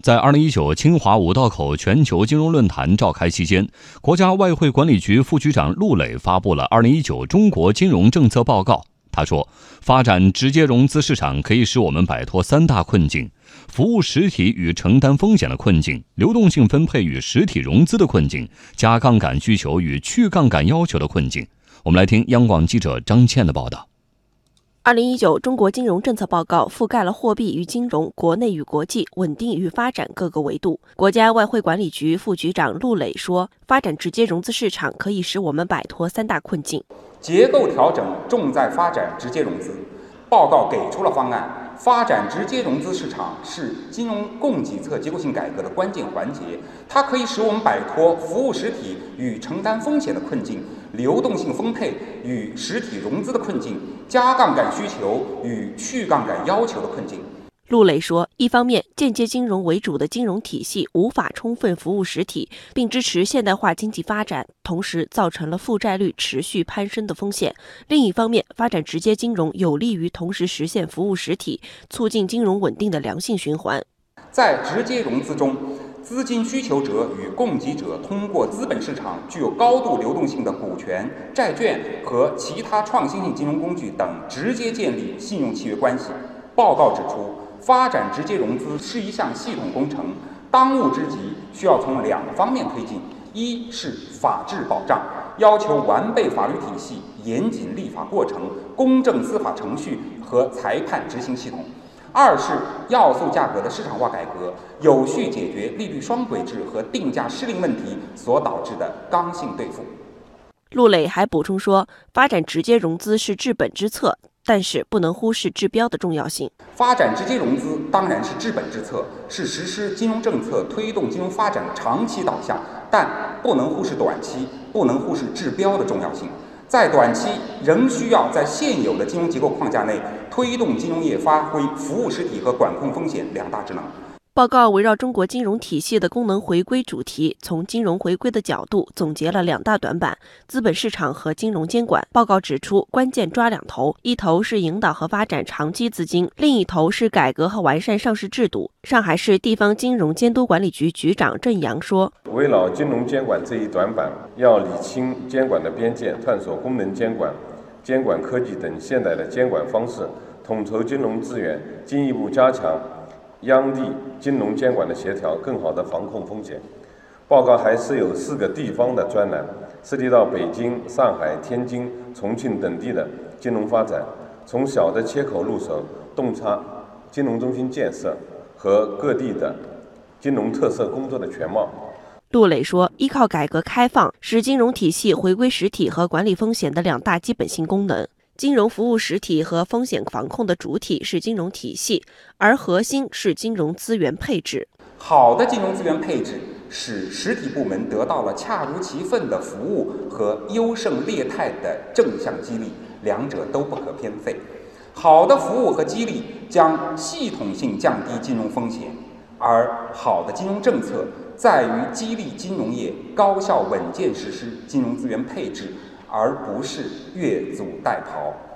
在2019清华五道口全球金融论坛召开期间，国家外汇管理局副局长陆磊发布了2019中国金融政策报告。他说，发展直接融资市场可以使我们摆脱三大困境：服务实体与承担风险的困境，流动性分配与实体融资的困境，加杠杆需求与去杠杆要求的困境。我们来听央广记者张倩的报道。 2019中国金融政策报告覆盖了货币与金融、国内与国际、稳定与发展各个维度。国家外汇管理局副局长陆磊说，发展直接融资市场可以使我们摆脱三大困境。 结构调整重在发展直接融资。报告给出了方案，发展直接融资市场是金融供给侧结构性改革的关键环节，它可以使我们摆脱服务实体与承担风险的困境，流动性分配与实体融资的困境，加杠杆需求与去杠杆要求的困境。 陆磊说，一方面，间接金融为主的金融体系无法充分服务实体，并支持现代化经济发展，同时造成了负债率持续攀升的风险；另一方面，发展直接金融有利于同时实现服务实体，促进金融稳定的良性循环。 在直接融资中，资金需求者与供给者通过资本市场具有高度流动性的股权、债券和其他创新性金融工具等直接建立信用契约关系。报告指出，发展直接融资是一项系统工程，当务之急需要从两个方面推进：一是法治保障，要求完备法律体系、严谨立法过程、公正司法程序和裁判执行系统；二是要素价格的市场化改革，有序解决利率双轨制和定价失灵问题所导致的刚性兑付。 陆磊还补充说，发展直接融资是治本之策，但是不能忽视治标的重要性。 发展直接融资当然是治本之策，是实施金融政策推动金融发展的长期导向，但不能忽视短期，不能忽视治标的重要性。在短期，仍需要在现有的金融结构框架内推动金融业发挥服务实体和管控风险两大职能。 报告围绕中国金融体系的功能回归主题，从金融回归的角度总结了两大短板：资本市场和金融监管。报告指出，关键抓两头，一头是引导和发展长期资金，另一头是改革和完善上市制度。上海市地方金融监督管理局局长郑阳说， 围绕金融监管这一短板，要理清监管的边界，探索功能监管、监管科技等现代的监管方式，统筹金融资源，进一步加强央地金融监管的协调，更好地防控风险。报告还设有4个地方的专栏，涉及到北京、上海、天津、重庆等地的金融发展，从小的切口入手，洞察金融中心建设和各地的金融特色工作的全貌。 陆磊说，依靠改革开放，使金融体系回归实体和管理风险的两大基本性功能。金融服务实体和风险防控的主体是金融体系，而核心是金融资源配置。 好的金融资源配置使实体部门得到了恰如其分的服务和优胜劣汰的正向激励，两者都不可偏废。好的服务和激励将系统性降低金融风险，而好的金融政策在于激励金融业高效稳健实施金融资源配置，而不是越俎代庖。